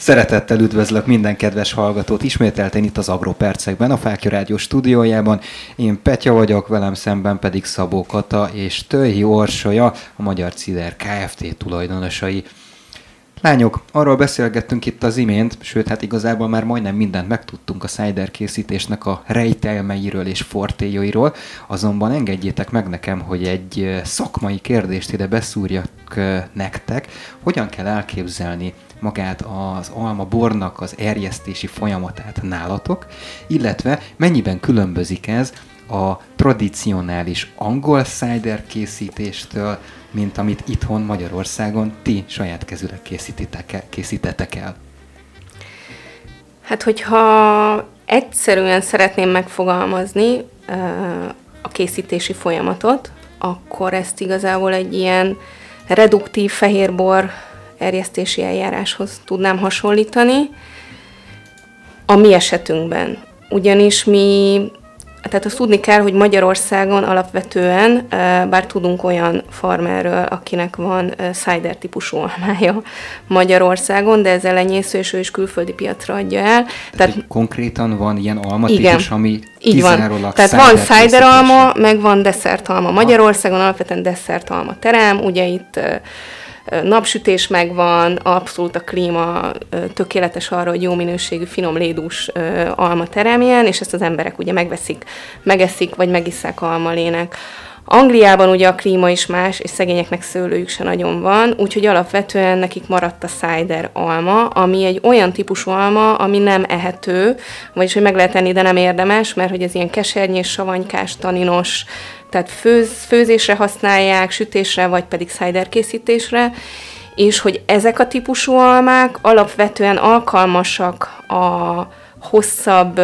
Szeretettel üdvözlök minden kedves hallgatót ismételten itt az Agropercekben, a Fákja Rádió stúdiójában. Én Petya vagyok, velem szemben pedig Szabó Kata és Tölhi Orsolya, a Magyar Cider Kft. Tulajdonosai. Lányok, arról beszélgettünk itt az imént, sőt, hát igazából már majdnem mindent megtudtunk a cider készítésnek a rejtelmeiről és fortéjairól, azonban engedjétek meg nekem, hogy egy szakmai kérdést ide beszúrjak nektek. Hogyan kell elképzelni magát az almabornak az erjesztési folyamatát nálatok, illetve mennyiben különbözik ez a tradicionális angol cider készítéstől, mint amit itthon Magyarországon ti saját kezűleg készítitek, készítetek el? Hát, hogyha egyszerűen szeretném megfogalmazni a készítési folyamatot, akkor ezt igazából egy ilyen reduktív fehérbor erjesztési eljáráshoz tudnám hasonlítani. A mi esetünkben. Ugyanis mi, tehát azt tudni kell, hogy Magyarországon alapvetően, bár tudunk olyan farmerről, akinek van cider típusú almája Magyarországon, de ez elenyésző, és ő is külföldi piacra adja el. Tehát, tehát konkrétan van ilyen almatípus, ami így van. kizárólag Tehát cider van cider alma, készítése. meg van desszertalma. Magyarországon alapvetően desszertalma terem, ugye itt napsütés megvan, abszolút a klíma tökéletes arra, hogy jó minőségű, finom lédús alma teremjen, és ezt az emberek ugye megveszik, megeszik, vagy megisszák almalének. Angliában ugye a klíma is más, és szegényeknek szőlőjük se nagyon van, úgyhogy alapvetően nekik maradt a cider alma, ami egy olyan típusú alma, ami nem ehető, vagyis hogy meg lehet enni, de nem érdemes, mert hogy ez ilyen kesernyés, savanykás, taninos, tehát főz, főzésre használják, sütésre, vagy pedig cider készítésre, és hogy ezek a típusú almák alapvetően alkalmasak a hosszabb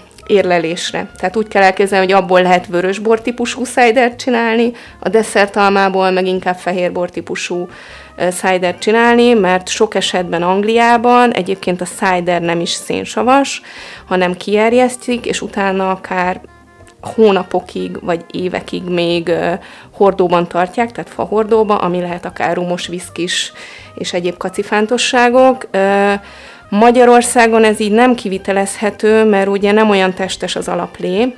érlelésre. Tehát úgy kell elképzelni, hogy abból lehet vörösbor típusú cidert csinálni, a desszertalmából meg inkább fehérbor típusú cidert csinálni, mert sok esetben Angliában egyébként a cider nem is szénsavas, hanem kierjesztik, és utána akár hónapokig, vagy évekig még hordóban tartják, tehát fahordóba, ami lehet akár rumos, viszkis és egyéb kacifántosságok. Magyarországon ez így nem kivitelezhető, mert ugye nem olyan testes az alaplé,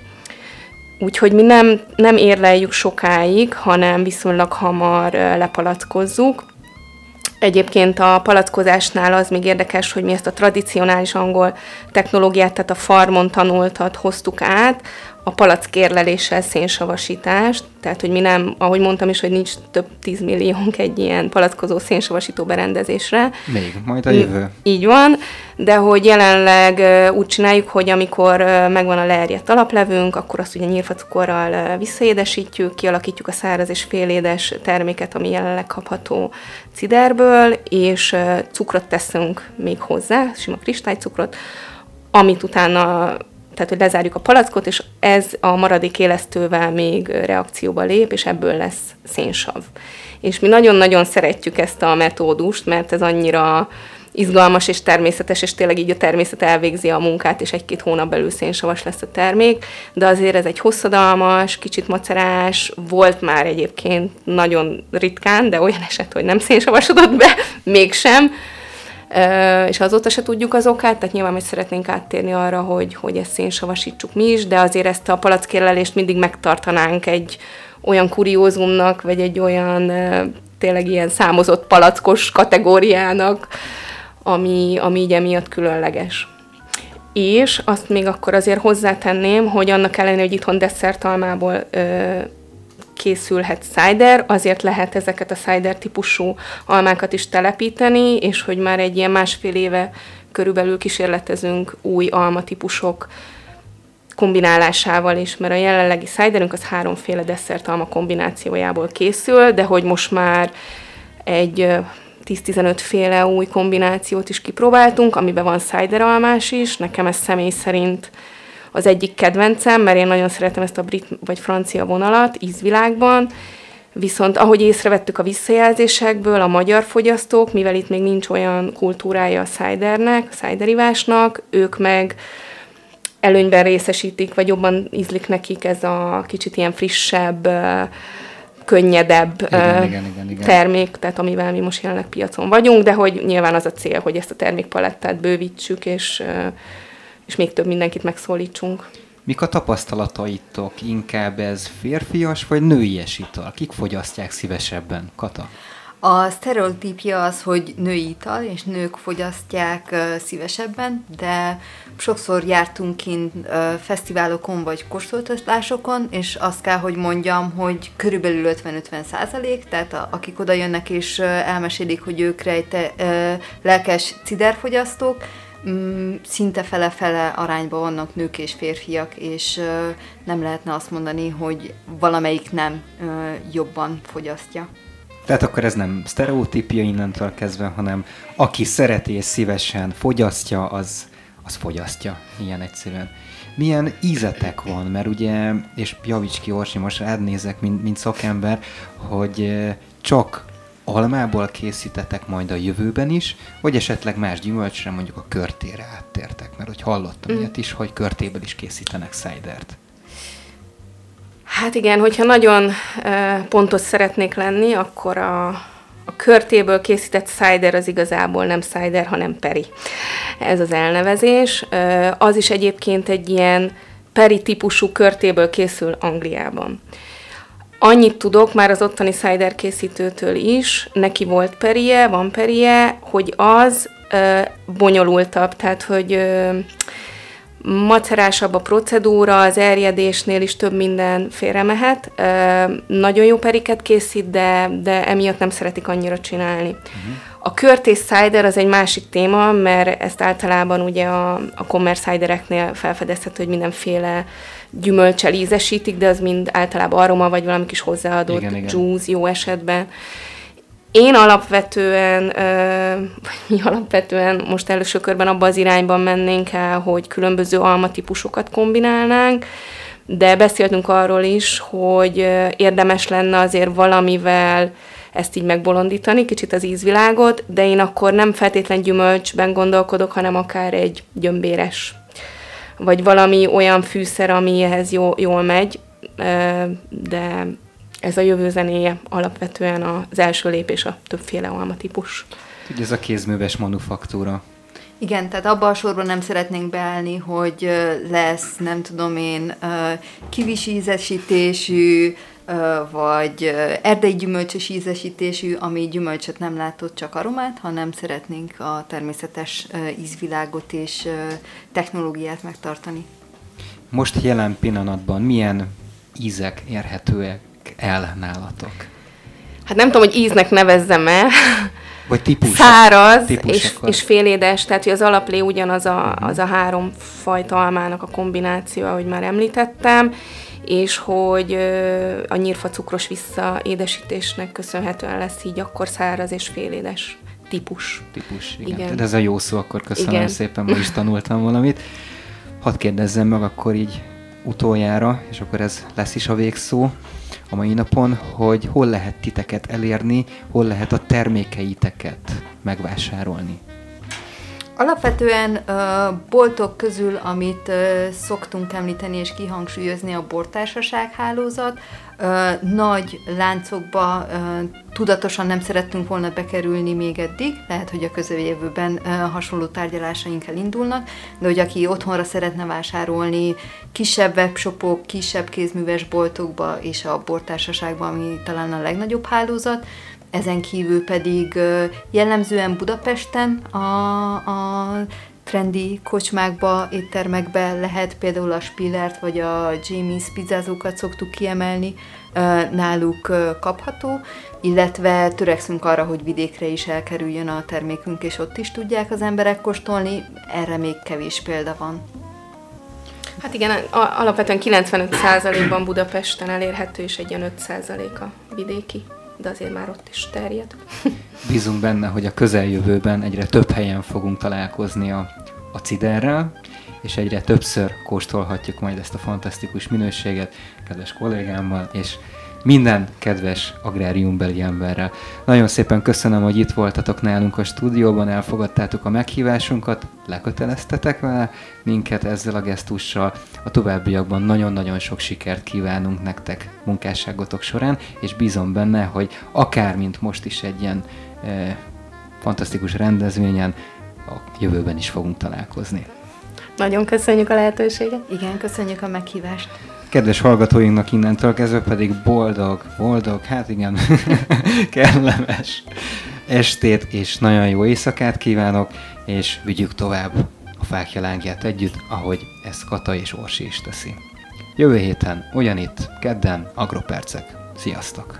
úgyhogy mi nem, nem érleljük sokáig, hanem viszonylag hamar lepalackozzuk. Egyébként a palackozásnál az még érdekes, hogy mi ezt a tradicionális angol technológiát, tehát a farmon tanultat hoztuk át, a palackérleléssel szénsavasítást, tehát hogy mi nem, ahogy mondtam is, hogy nincs több tízmilliónk egy ilyen palackozó szénsavasító berendezésre. Még, majd a jövő. Így van, de hogy jelenleg úgy csináljuk, hogy amikor megvan a leerjedt alaplevünk, akkor azt ugye nyírfacukorral visszaédesítjük, kialakítjuk a száraz és félédes terméket, ami jelenleg kapható ciderből, és cukrot teszünk még hozzá, sima kristálycukrot, amit utána, tehát hogy lezárjuk a palackot, és ez a maradék élesztővel még reakcióba lép, és ebből lesz szénsav. És mi nagyon-nagyon szeretjük ezt a metódust, mert ez annyira izgalmas és természetes, és tényleg így a természet elvégzi a munkát, és egy-két hónap belül szénsavas lesz a termék, de azért ez egy hosszadalmas, kicsit macerás, volt már egyébként nagyon ritkán, de olyan eset, hogy nem szénsavasodott be, mégsem, Uh, és azóta se tudjuk az okát, tehát nyilván majd szeretnénk áttérni arra, hogy, hogy ezt szénsavasítsuk mi is, de azért ezt a palackérlelést mindig megtartanánk egy olyan kuriózumnak, vagy egy olyan uh, tényleg ilyen számozott palackos kategóriának, ami, ami így emiatt különleges. És azt még akkor azért hozzátenném, hogy annak ellenére, hogy itthon desszertalmából uh, készülhet cider, azért lehet ezeket a cider típusú almákat is telepíteni, és hogy már egy ilyen másfél éve körülbelül kísérletezünk új almatípusok kombinálásával is, mert a jelenlegi ciderünk az háromféle desszertalma kombinációjából készül, de hogy most már egy tíz-tizenöt féle új kombinációt is kipróbáltunk, amiben van cideralmás is, nekem ez személy szerint az egyik kedvencem, mert én nagyon szeretem ezt a brit vagy francia vonalat ízvilágban, viszont ahogy észrevettük a visszajelzésekből, a magyar fogyasztók, mivel itt még nincs olyan kultúrája a cidernek, a ciderivásnak, ők meg előnyben részesítik, vagy jobban ízlik nekik ez a kicsit ilyen frissebb, legkönnyedebb Igen, uh, igen, igen, igen. termék, tehát amivel mi most jelenleg piacon vagyunk, de hogy nyilván az a cél, hogy ezt a termékpalettát bővítsük, és, uh, és még több mindenkit megszólítsunk. Mik a tapasztalataitok? Inkább ez férfias vagy nőies ital? Kik fogyasztják szívesebben? Kata? A sztereotípia az, hogy női ital, és nők fogyasztják uh, szívesebben, de sokszor jártunk kint uh, fesztiválokon vagy kóstoltatásokon, és azt kell, hogy mondjam, hogy körülbelül ötven-ötven százalék, tehát a, akik oda jönnek és uh, elmesélik, hogy ők rejte, uh, lelkes ciderfogyasztók, um, szinte fele-fele arányban vannak nők és férfiak, és uh, nem lehetne azt mondani, hogy valamelyik nem uh, jobban fogyasztja. Tehát akkor ez nem sztereotípia innentől kezdve, hanem aki szereti és szívesen fogyasztja, az, az fogyasztja. Ilyen egyszerűen. Milyen ízetek van? Mert ugye, és javíts ki Orsi, most rád nézek, mint, mint szakember, hogy csak almából készítetek majd a jövőben is, vagy esetleg más gyümölcsre, mondjuk a körtére áttértek, mert hogy hallottam mm. ilyet is, hogy körtéből is készítenek szájdert. Hát igen, hogyha nagyon uh, pontos szeretnék lenni, akkor a, a körtéből készített cider az igazából nem cider, hanem peri. Ez az elnevezés. Uh, az is egyébként egy ilyen peri típusú körtéből készül Angliában. Annyit tudok már az ottani cider készítőtől is, neki volt perie, van perie, hogy az uh, bonyolultabb, tehát hogy... Uh, macerásabb a procedúra, az erjedésnél is több minden félremehet. Nagyon jó periket készít, de, de emiatt nem szeretik annyira csinálni. Uh-huh. A körtés cider az egy másik téma, mert ezt általában ugye a, a commerce cidereknél felfedezhető, hogy mindenféle gyümölccsel ízesítik, de az mind általában aroma, vagy valami kis hozzáadott igen, juice igen. jó esetben. Én alapvetően, vagy mi alapvetően most első körben abban az irányban mennénk el, hogy különböző almatípusokat kombinálnánk, de beszéltünk arról is, hogy érdemes lenne azért valamivel ezt így megbolondítani, kicsit az ízvilágot, de én akkor nem feltétlen gyümölcsben gondolkodok, hanem akár egy gyömbéres, vagy valami olyan fűszer, ami ehhez jó, jól megy, de... Ez a jövő zenéje alapvetően az első lépés a többféle almatípus. Ugye ez a kézműves manufaktúra. Igen, tehát abban a sorban nem szeretnénk beállni, hogy lesz, nem tudom én, kivis ízesítésű, vagy erdei gyümölcsös ízesítésű, ami gyümölcsöt nem látott, csak aromát, hanem szeretnénk a természetes ízvilágot és technológiát megtartani. Most jelen pillanatban milyen ízek érhetőek el nálatok? Hát nem tudom, hogy íznek nevezzem el. Vagy típus. Száraz és, és félédes, tehát hogy az alaplé ugyanaz a, az a három fajta almának a kombináció, ahogy már említettem, és hogy a nyírfa cukros visszaédesítésnek köszönhetően lesz így akkor száraz és félédes típus. Típus, igen. igen. De ez a jó szó, akkor köszönöm igen. szépen, ma is tanultam valamit. Hadd kérdezzem meg akkor így utoljára, és akkor ez lesz is a végszó a mai napon, hogy hol lehet titeket elérni, hol lehet a termékeiteket megvásárolni. Alapvetően uh, boltok közül, amit uh, szoktunk említeni és kihangsúlyozni, a bortársaság hálózat. Uh, nagy láncokba uh, tudatosan nem szerettünk volna bekerülni még eddig, lehet, hogy a közeljövőben uh, hasonló tárgyalásaink elindulnak, de hogy aki otthonra szeretne vásárolni, kisebb webshopok, kisebb kézműves boltokba és a bortársaságban, ami talán a legnagyobb hálózat, ezen kívül pedig jellemzően Budapesten a, a trendi kocsmákba, éttermekbe lehet például a Spillert vagy a Jamie's pizzázókat szoktuk kiemelni, náluk kapható, illetve törekszünk arra, hogy vidékre is elkerüljön a termékünk, és ott is tudják az emberek kóstolni, erre még kevés példa van. Hát igen, alapvetően kilencvenöt százalékban Budapesten elérhető, és egy ilyen öt százalék a vidéki, de azért már ott is terjed. Bízunk benne, hogy a közeljövőben egyre több helyen fogunk találkozni a, a ciderrel, és egyre többször kóstolhatjuk majd ezt a fantasztikus minőséget kedves kollégámmal, és minden kedves agráriumbeli emberrel. Nagyon szépen köszönöm, hogy itt voltatok nálunk a stúdióban, elfogadtátok a meghívásunkat, leköteleztetek vele minket ezzel a gesztussal. A továbbiakban nagyon-nagyon sok sikert kívánunk nektek munkásságotok során, és bízom benne, hogy akár mint most is egy ilyen eh, fantasztikus rendezvényen a jövőben is fogunk találkozni. Nagyon köszönjük a lehetőséget. Igen, köszönjük a meghívást. Kedves hallgatóinknak innentől kezdve pedig boldog, boldog, hát igen, kellemes estét és nagyon jó éjszakát kívánok, és vigyük tovább a fákja lángját együtt, ahogy ezt Kata és Orsi is teszi. Jövő héten, ugyanitt, kedden, Agropercek. Sziasztok!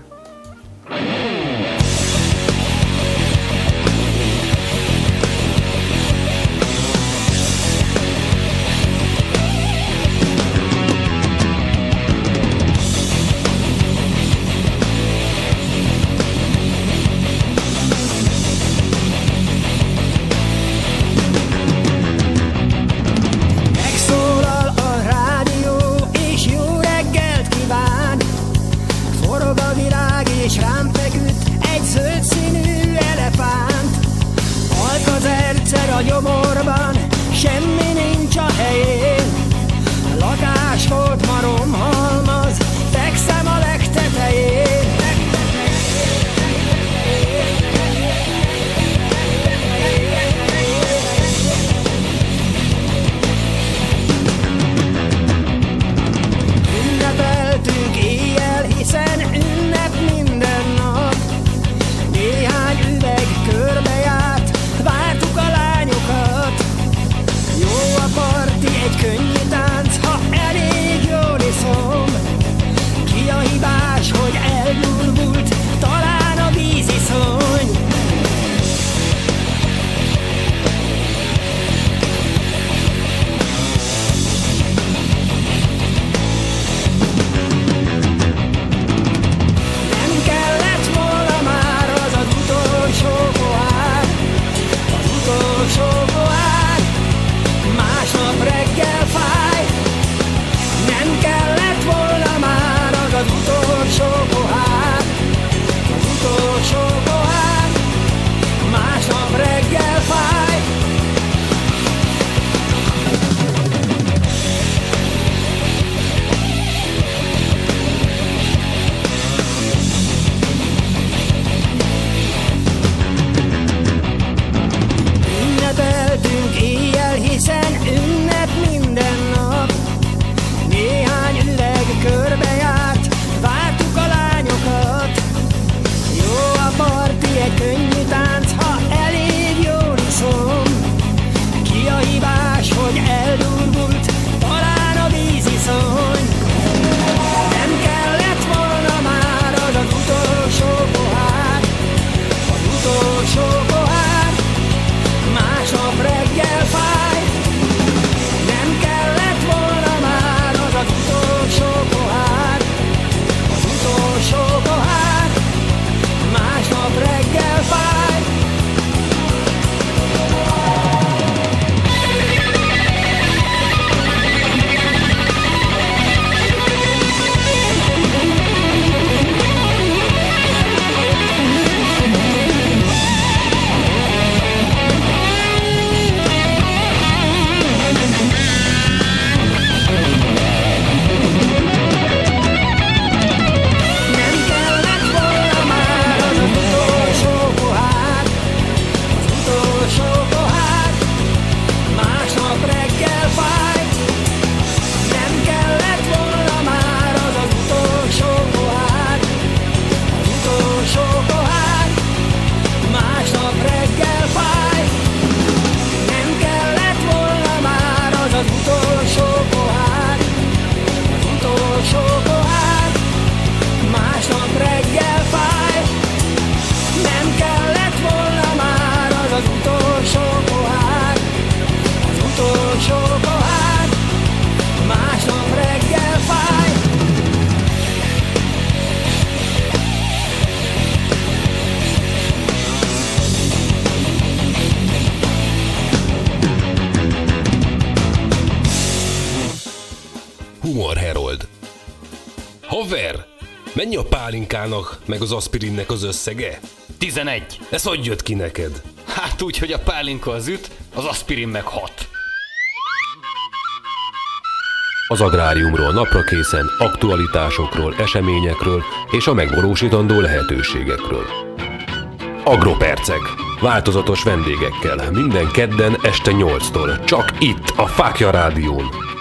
Megszólal a rádió, és jó reggelt kíván. Forog a virág, és rám feküdt egy zöld színű elefánt. Halk az ercer a gyomorban, semmi nincs a helyén. Lakás volt maromhalmaz, fekszem a legtetején. Ünnepeltünk éjjel, hiszen ünnep minden nap. Néhány üveg körbejárt, vártuk a lányokat. Jó a parti, egy könnyű tánc, ha elég jól iszom. Ki a hibás, hogy elnyúlvult, talán a víziszony. Nem kellett volna már az az utolsó pohár, az utolsó pohár, másnap reggel fáj. Nem kellett volna már az az utolsó pohár, az utolsó pohár, másnap reggel fáj. Ünnepeltünk éjjel, hiszen ünnep minden nap. Néhány üveg körbejárt, vártuk a lányokat. Jó a parti, egy könnyű tánc, ha elég jól iszom. Ki a hibás, hogy eldurvult, talán a víziszony. Nem kellett volna már az az utolsó pohár, az utolsó pohár, másnap reggel fáj. Nem kellett volna már az az utolsó pohár, az utolsó pohár, másnap reggel fáj. Nem kellett volna már az az utolsó pohár, az utolsó pohár, másnap reggel fáj. Nem kellett volna már az az utolsó pohár, az utolsó pohár, másnap reggel fáj. Nem kellett volna már az az utolsó pohár, az utolsó pohár, másnap reggel fáj. Nem kellett volna már az az utolsó pohár, az utolsó pohár, másnap reggel fáj. Humor Herold. Haver! Mennyi a pálinkának, meg az aspirinnek az összege? tizenegy. Ez hogy jött ki neked? Hát úgy, hogy a pálinka az üt, az aspirin meg hat. Az agráriumról napra készen, aktualitásokról, eseményekről és a megvalósítandó lehetőségekről. Agropercek. Változatos vendégekkel minden kedden este nyolctól. Csak itt a Fáklya Rádión.